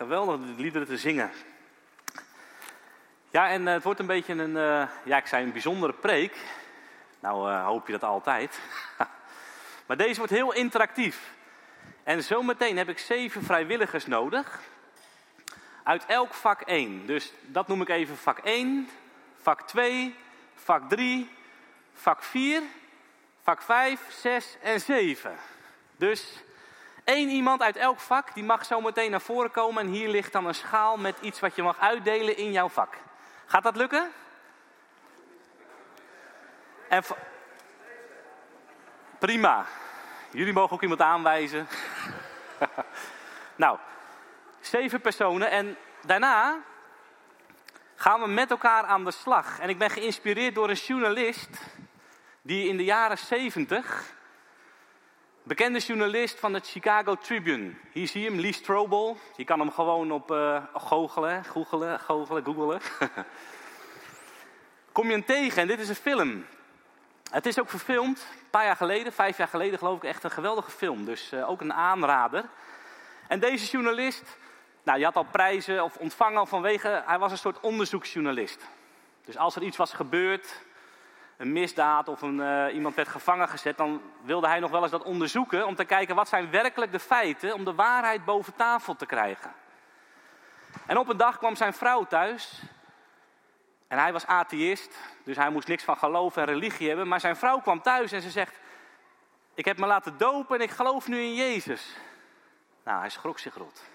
geweldig de liederen te zingen. Ja, en het wordt een beetje een bijzondere preek. Nou, hoop je dat altijd. Maar deze wordt heel interactief. En zometeen heb ik 7 vrijwilligers nodig. Uit elk vak 1. Dus dat noem ik even vak 1, vak 2, vak 3, vak 4, vak 5, 6 en 7. Dus 1 iemand uit elk vak, die mag zo meteen naar voren komen. En hier ligt dan een schaal met iets wat je mag uitdelen in jouw vak. Gaat dat lukken? En prima. Jullie mogen ook iemand aanwijzen. Nou, 7 personen. En daarna gaan we met elkaar aan de slag. En ik ben geïnspireerd door een journalist die in de jaren 70... bekende journalist van het Chicago Tribune. Hier zie je hem, Lee Strobel. Je kan hem gewoon op googelen. Kom je hem tegen en dit is een film. Het is ook verfilmd, een paar jaar geleden, 5 jaar geleden geloof ik, echt een geweldige film. Dus ook een aanrader. En deze journalist, nou, die had al prijzen of ontvangen vanwege, hij was een soort onderzoeksjournalist. Dus als er iets was gebeurd, een misdaad of iemand werd gevangen gezet, dan wilde hij nog wel eens dat onderzoeken om te kijken wat zijn werkelijk de feiten, om de waarheid boven tafel te krijgen. En op een dag kwam zijn vrouw thuis en hij was atheïst, dus hij moest niks van geloof en religie hebben. Maar zijn vrouw kwam thuis en ze zegt, ik heb me laten dopen en ik geloof nu in Jezus. Nou, hij schrok zich rot.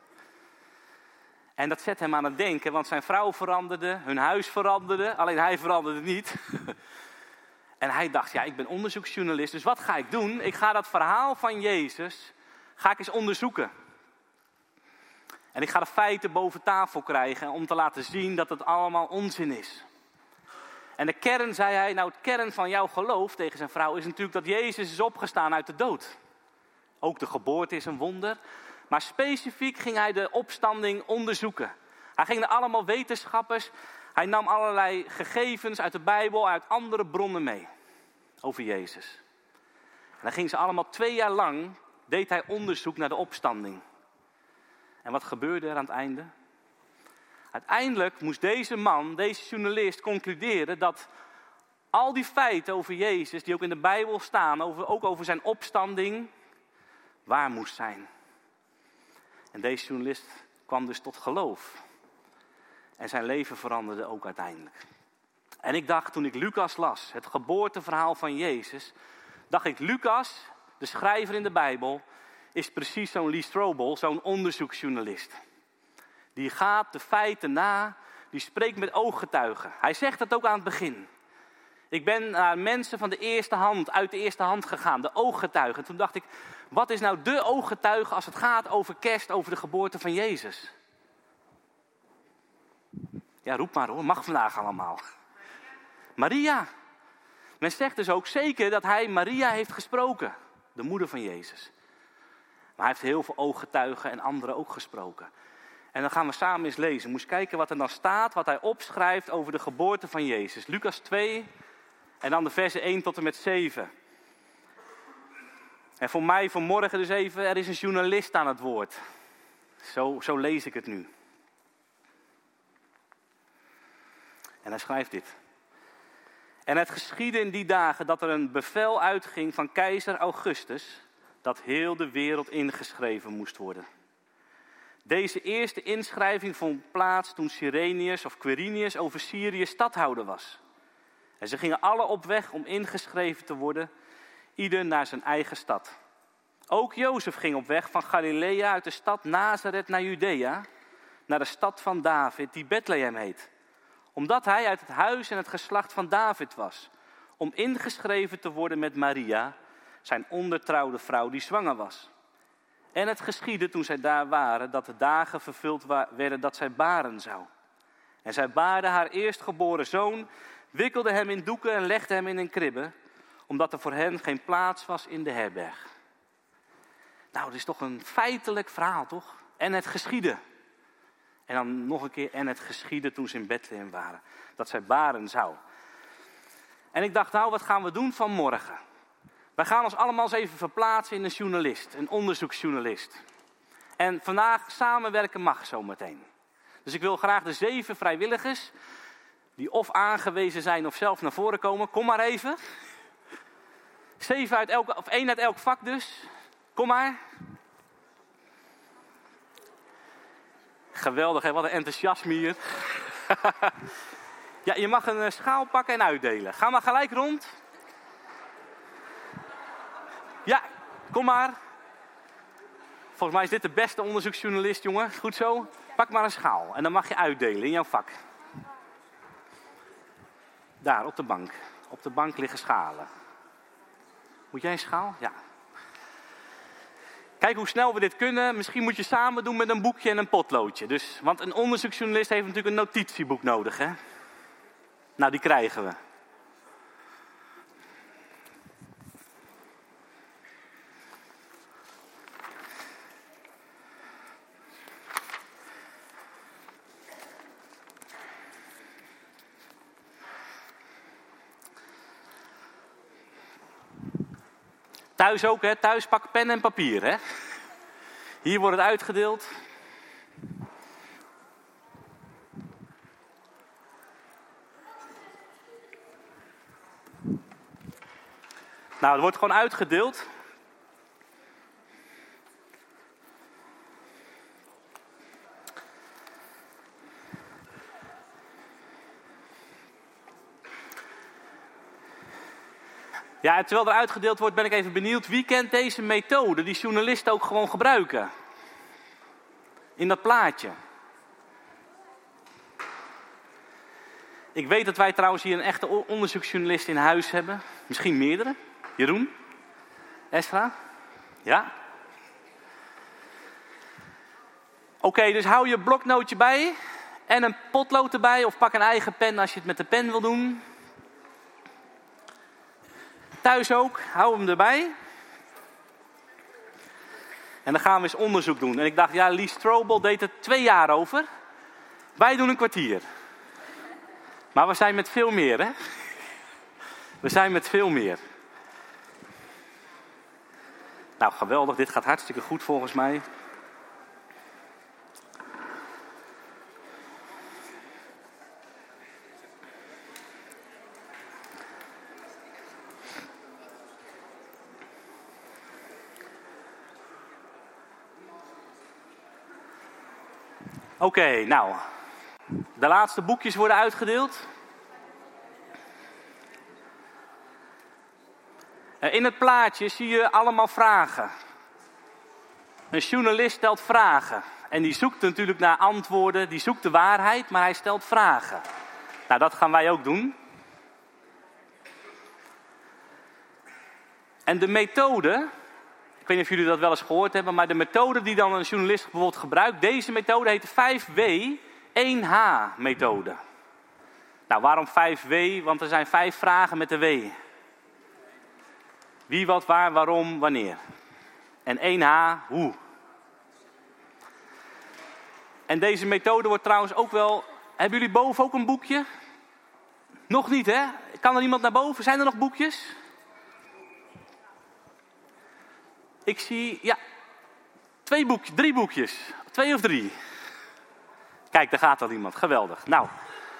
En dat zet hem aan het denken, want zijn vrouw veranderde, hun huis veranderde, alleen hij veranderde niet. En hij dacht, ja, ik ben onderzoeksjournalist, dus wat ga ik doen? Ik ga dat verhaal van Jezus, ga ik eens onderzoeken. En ik ga de feiten boven tafel krijgen om te laten zien dat het allemaal onzin is. En de kern, zei hij, nou het kern van jouw geloof tegen zijn vrouw is natuurlijk dat Jezus is opgestaan uit de dood. Ook de geboorte is een wonder. Maar specifiek ging hij de opstanding onderzoeken. Hij ging naar allemaal wetenschappers. Hij nam allerlei gegevens uit de Bijbel, uit andere bronnen mee. Over Jezus. En dan ging ze allemaal 2 jaar lang, deed hij onderzoek naar de opstanding. En wat gebeurde er aan het einde? Uiteindelijk moest deze man, deze journalist, concluderen dat al die feiten over Jezus, die ook in de Bijbel staan, ook over zijn opstanding, waar moest zijn. En deze journalist kwam dus tot geloof. En zijn leven veranderde ook uiteindelijk. En ik dacht, toen ik Lucas las, het geboorteverhaal van Jezus, dacht ik, Lucas, de schrijver in de Bijbel, is precies zo'n Lee Strobel, zo'n onderzoeksjournalist. Die gaat de feiten na, die spreekt met ooggetuigen. Hij zegt het ook aan het begin. Ik ben naar mensen van de eerste hand, uit de eerste hand gegaan, de ooggetuigen. Toen dacht ik, wat is nou de ooggetuige als het gaat over kerst, over de geboorte van Jezus? Ja, roep maar hoor, mag vandaag allemaal. Maria. Men zegt dus ook zeker dat hij Maria heeft gesproken, de moeder van Jezus. Maar hij heeft heel veel ooggetuigen en anderen ook gesproken. En dan gaan we samen eens lezen. Moest kijken wat er dan staat, wat hij opschrijft over de geboorte van Jezus. Lucas 2 en dan de versen 1 tot en met 7. En voor mij vanmorgen dus even, er is een journalist aan het woord. Zo lees ik het nu. En hij schrijft dit. En het geschiedde in die dagen dat er een bevel uitging van keizer Augustus, dat heel de wereld ingeschreven moest worden. Deze eerste inschrijving vond plaats toen Cyrenius of Quirinius over Syrië stadhouder was. En ze gingen alle op weg om ingeschreven te worden, ieder naar zijn eigen stad. Ook Jozef ging op weg van Galilea uit de stad Nazareth naar Judea, naar de stad van David, die Bethlehem heet. Omdat hij uit het huis en het geslacht van David was, om ingeschreven te worden met Maria, zijn ondertrouwde vrouw die zwanger was. En het geschiedde toen zij daar waren, dat de dagen vervuld werden dat zij baren zou. En zij baarde haar eerstgeboren zoon, wikkelde hem in doeken en legde hem in een kribbe, omdat er voor hen geen plaats was in de herberg. Nou, het is toch een feitelijk verhaal, toch? En het geschiedde. En dan nog een keer, en het geschiedde toen ze in Bethlehem waren, dat zij baren zou. En ik dacht, nou, wat gaan we doen vanmorgen? Wij gaan ons allemaal eens even verplaatsen in een journalist, een onderzoeksjournalist. En vandaag samenwerken mag zometeen. Dus ik wil graag de 7 vrijwilligers, die of aangewezen zijn of zelf naar voren komen. Kom maar even. 7 uit elk, of 1 uit elk vak dus. Kom maar. Geweldig, hè? Wat een enthousiasme hier. Ja, je mag een schaal pakken en uitdelen. Ga maar gelijk rond. Ja, kom maar. Volgens mij is dit de beste onderzoeksjournalist, jongen. Goed zo. Pak maar een schaal en dan mag je uitdelen in jouw vak. Daar, op de bank. Op de bank liggen schalen. Moet jij een schaal? Ja. Kijk hoe snel we dit kunnen. Misschien moet je samen doen met een boekje en een potloodje. Dus, want een onderzoeksjournalist heeft natuurlijk een notitieboek nodig, hè? Nou, die krijgen we. Thuis ook, hè? Thuis pak pen en papier, hè? Hier wordt het uitgedeeld. Nou, het wordt gewoon uitgedeeld. Ja, terwijl er uitgedeeld wordt ben ik even benieuwd. Wie kent deze methode die journalisten ook gewoon gebruiken? In dat plaatje. Ik weet dat wij trouwens hier een echte onderzoeksjournalist in huis hebben. Misschien meerdere. Jeroen? Esra? Ja? Oké, dus hou je bloknootje bij. En een potlood erbij. Of pak een eigen pen als je het met de pen wil doen. Thuis ook, hou hem erbij. En dan gaan we eens onderzoek doen. En ik dacht, ja, Lee Strobel deed er 2 jaar over. Wij doen een kwartier. Maar we zijn met veel meer, hè? We zijn met veel meer. Nou, geweldig. Dit gaat hartstikke goed volgens mij. Oké, nou. De laatste boekjes worden uitgedeeld. In het plaatje zie je allemaal vragen. Een journalist stelt vragen. En die zoekt natuurlijk naar antwoorden. Die zoekt de waarheid, maar hij stelt vragen. Nou, dat gaan wij ook doen. En de methode... Ik weet niet of jullie dat wel eens gehoord hebben, maar de methode die dan een journalist bijvoorbeeld gebruikt, deze methode heet de 5W1H-methode. Nou, waarom 5W? Want er zijn 5 vragen met de W. Wie, wat, waar, waarom, wanneer. En 1H, hoe. En deze methode wordt trouwens ook wel... Hebben jullie boven ook een boekje? Nog niet, hè? Kan er iemand naar boven? Zijn er nog boekjes? Ik zie, ja, 2 boekjes, 3 boekjes. 2 of 3. Kijk, daar gaat al iemand. Geweldig. Nou.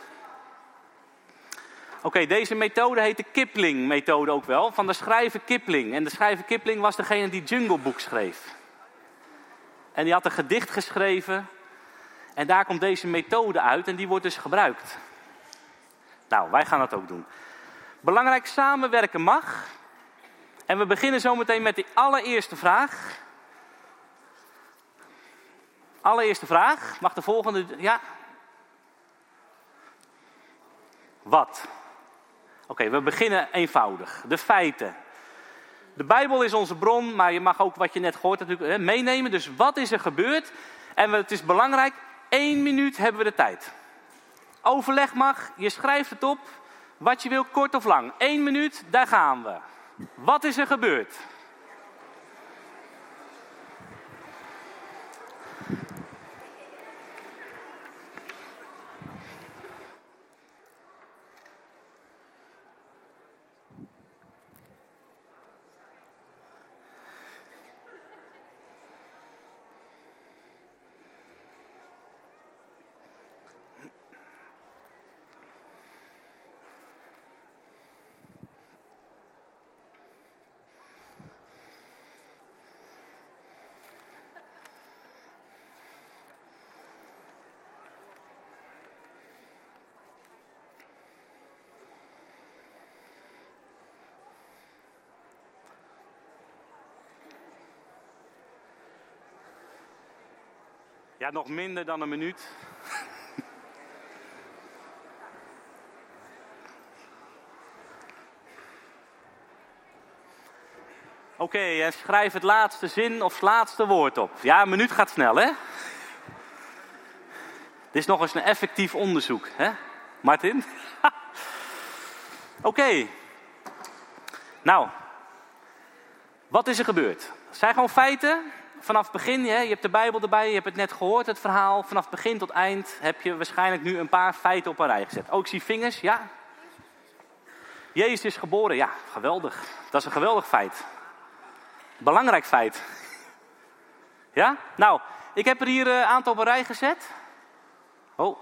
Oké, deze methode heet de Kipling-methode ook wel. Van de schrijver Kipling. En de schrijver Kipling was degene die Jungle Book schreef. En die had een gedicht geschreven. En daar komt deze methode uit. En die wordt dus gebruikt. Nou, wij gaan dat ook doen. Belangrijk, samenwerken mag... En we beginnen zometeen met de allereerste vraag. Allereerste vraag. Mag de volgende... Ja? Wat? Oké, we beginnen eenvoudig. De feiten. De Bijbel is onze bron, maar je mag ook wat je net gehoord hebt natuurlijk meenemen. Dus wat is er gebeurd? En het is belangrijk, 1 minuut hebben we de tijd. Overleg mag, je schrijft het op. Wat je wil, kort of lang. 1 minuut, daar gaan we. Wat is er gebeurd? Ja, nog minder dan een minuut. Oké, en schrijf het laatste zin of het laatste woord op. Ja, een minuut gaat snel, hè? Dit is nog eens een effectief onderzoek, hè? Martin? Oké. Nou, wat is er gebeurd? Het zijn gewoon feiten. Vanaf het begin, hè? Je hebt de Bijbel erbij, je hebt het net gehoord, het verhaal. Vanaf begin tot eind heb je waarschijnlijk nu een paar feiten op een rij gezet. Oh, ik zie vingers, ja. Jezus is geboren, ja, geweldig. Dat is een geweldig feit. Belangrijk feit. Ja? Nou, ik heb er hier een aantal op een rij gezet. Oh.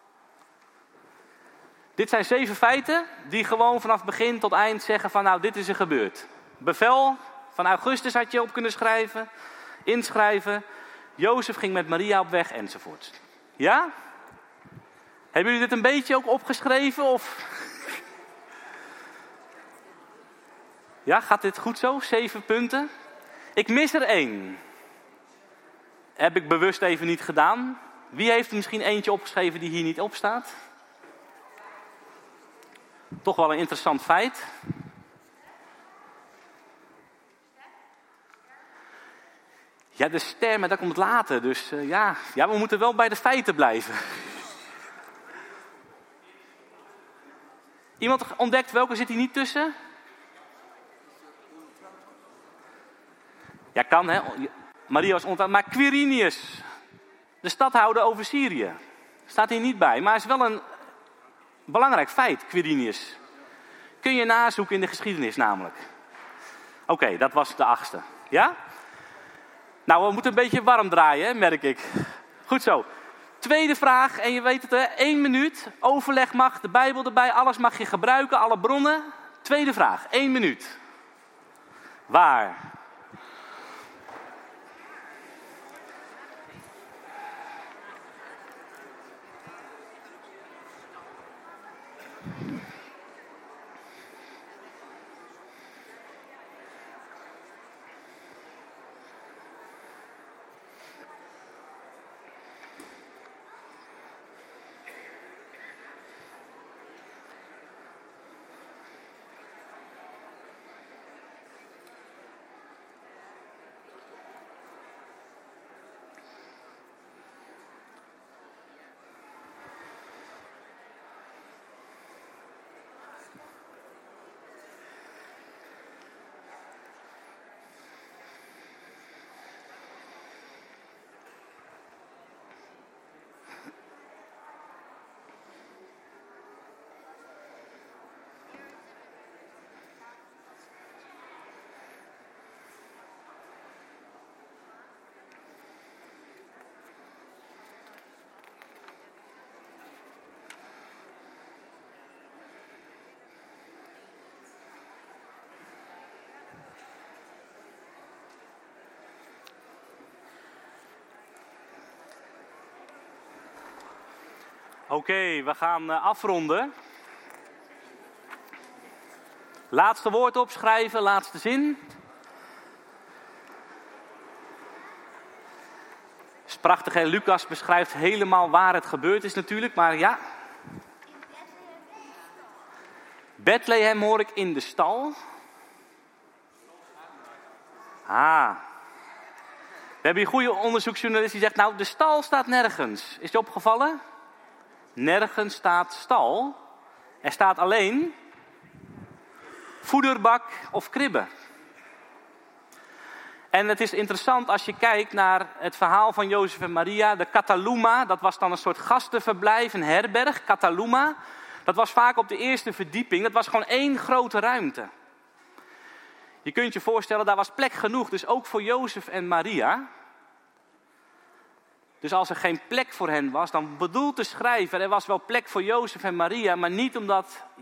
Dit zijn 7 feiten die gewoon vanaf begin tot eind zeggen van nou, dit is er gebeurd. Bevel van Augustus had je op kunnen schrijven, inschrijven. Jozef ging met Maria op weg enzovoort. Ja? Hebben jullie dit een beetje ook opgeschreven of... Ja, gaat dit goed zo? 7 punten. Ik mis er 1. Heb ik bewust even niet gedaan. Wie heeft er misschien eentje opgeschreven die hier niet op staat? Toch wel een interessant feit. Ja, de ster, maar dat komt later. Dus ja, we moeten wel bij de feiten blijven. Iemand ontdekt welke zit hier niet tussen? Ja, kan hè. Maria was ontdekt. Maar Quirinius, de stadhouder over Syrië, staat hier niet bij. Maar is wel een belangrijk feit, Quirinius. Kun je nazoeken in de geschiedenis namelijk. Oké, dat was de 8e. Ja? Nou, we moeten een beetje warm draaien, hè, merk ik. Goed zo. Tweede vraag, en je weet het hè, 1 minuut. Overleg mag, de Bijbel erbij, alles mag je gebruiken, alle bronnen. Tweede vraag, 1 minuut. Waar? Oké, we gaan afronden. Laatste woord opschrijven, laatste zin. Is prachtig hè, Lucas beschrijft helemaal waar het gebeurd is natuurlijk, maar ja. Bethlehem hoor ik in de stal. We hebben hier goede onderzoeksjournalist die zegt, nou de stal staat nergens. Is je opgevallen? Nergens staat stal. Er staat alleen voederbak of kribbe. En het is interessant als je kijkt naar het verhaal van Jozef en Maria. De Kataluma, dat was dan een soort gastenverblijf, een herberg. Kataluma, dat was vaak op de eerste verdieping. Dat was gewoon 1 grote ruimte. Je kunt je voorstellen, daar was plek genoeg. Dus ook voor Jozef en Maria. Dus als er geen plek voor hen was, dan bedoelt de schrijver, er was wel plek voor Jozef en Maria, maar niet omdat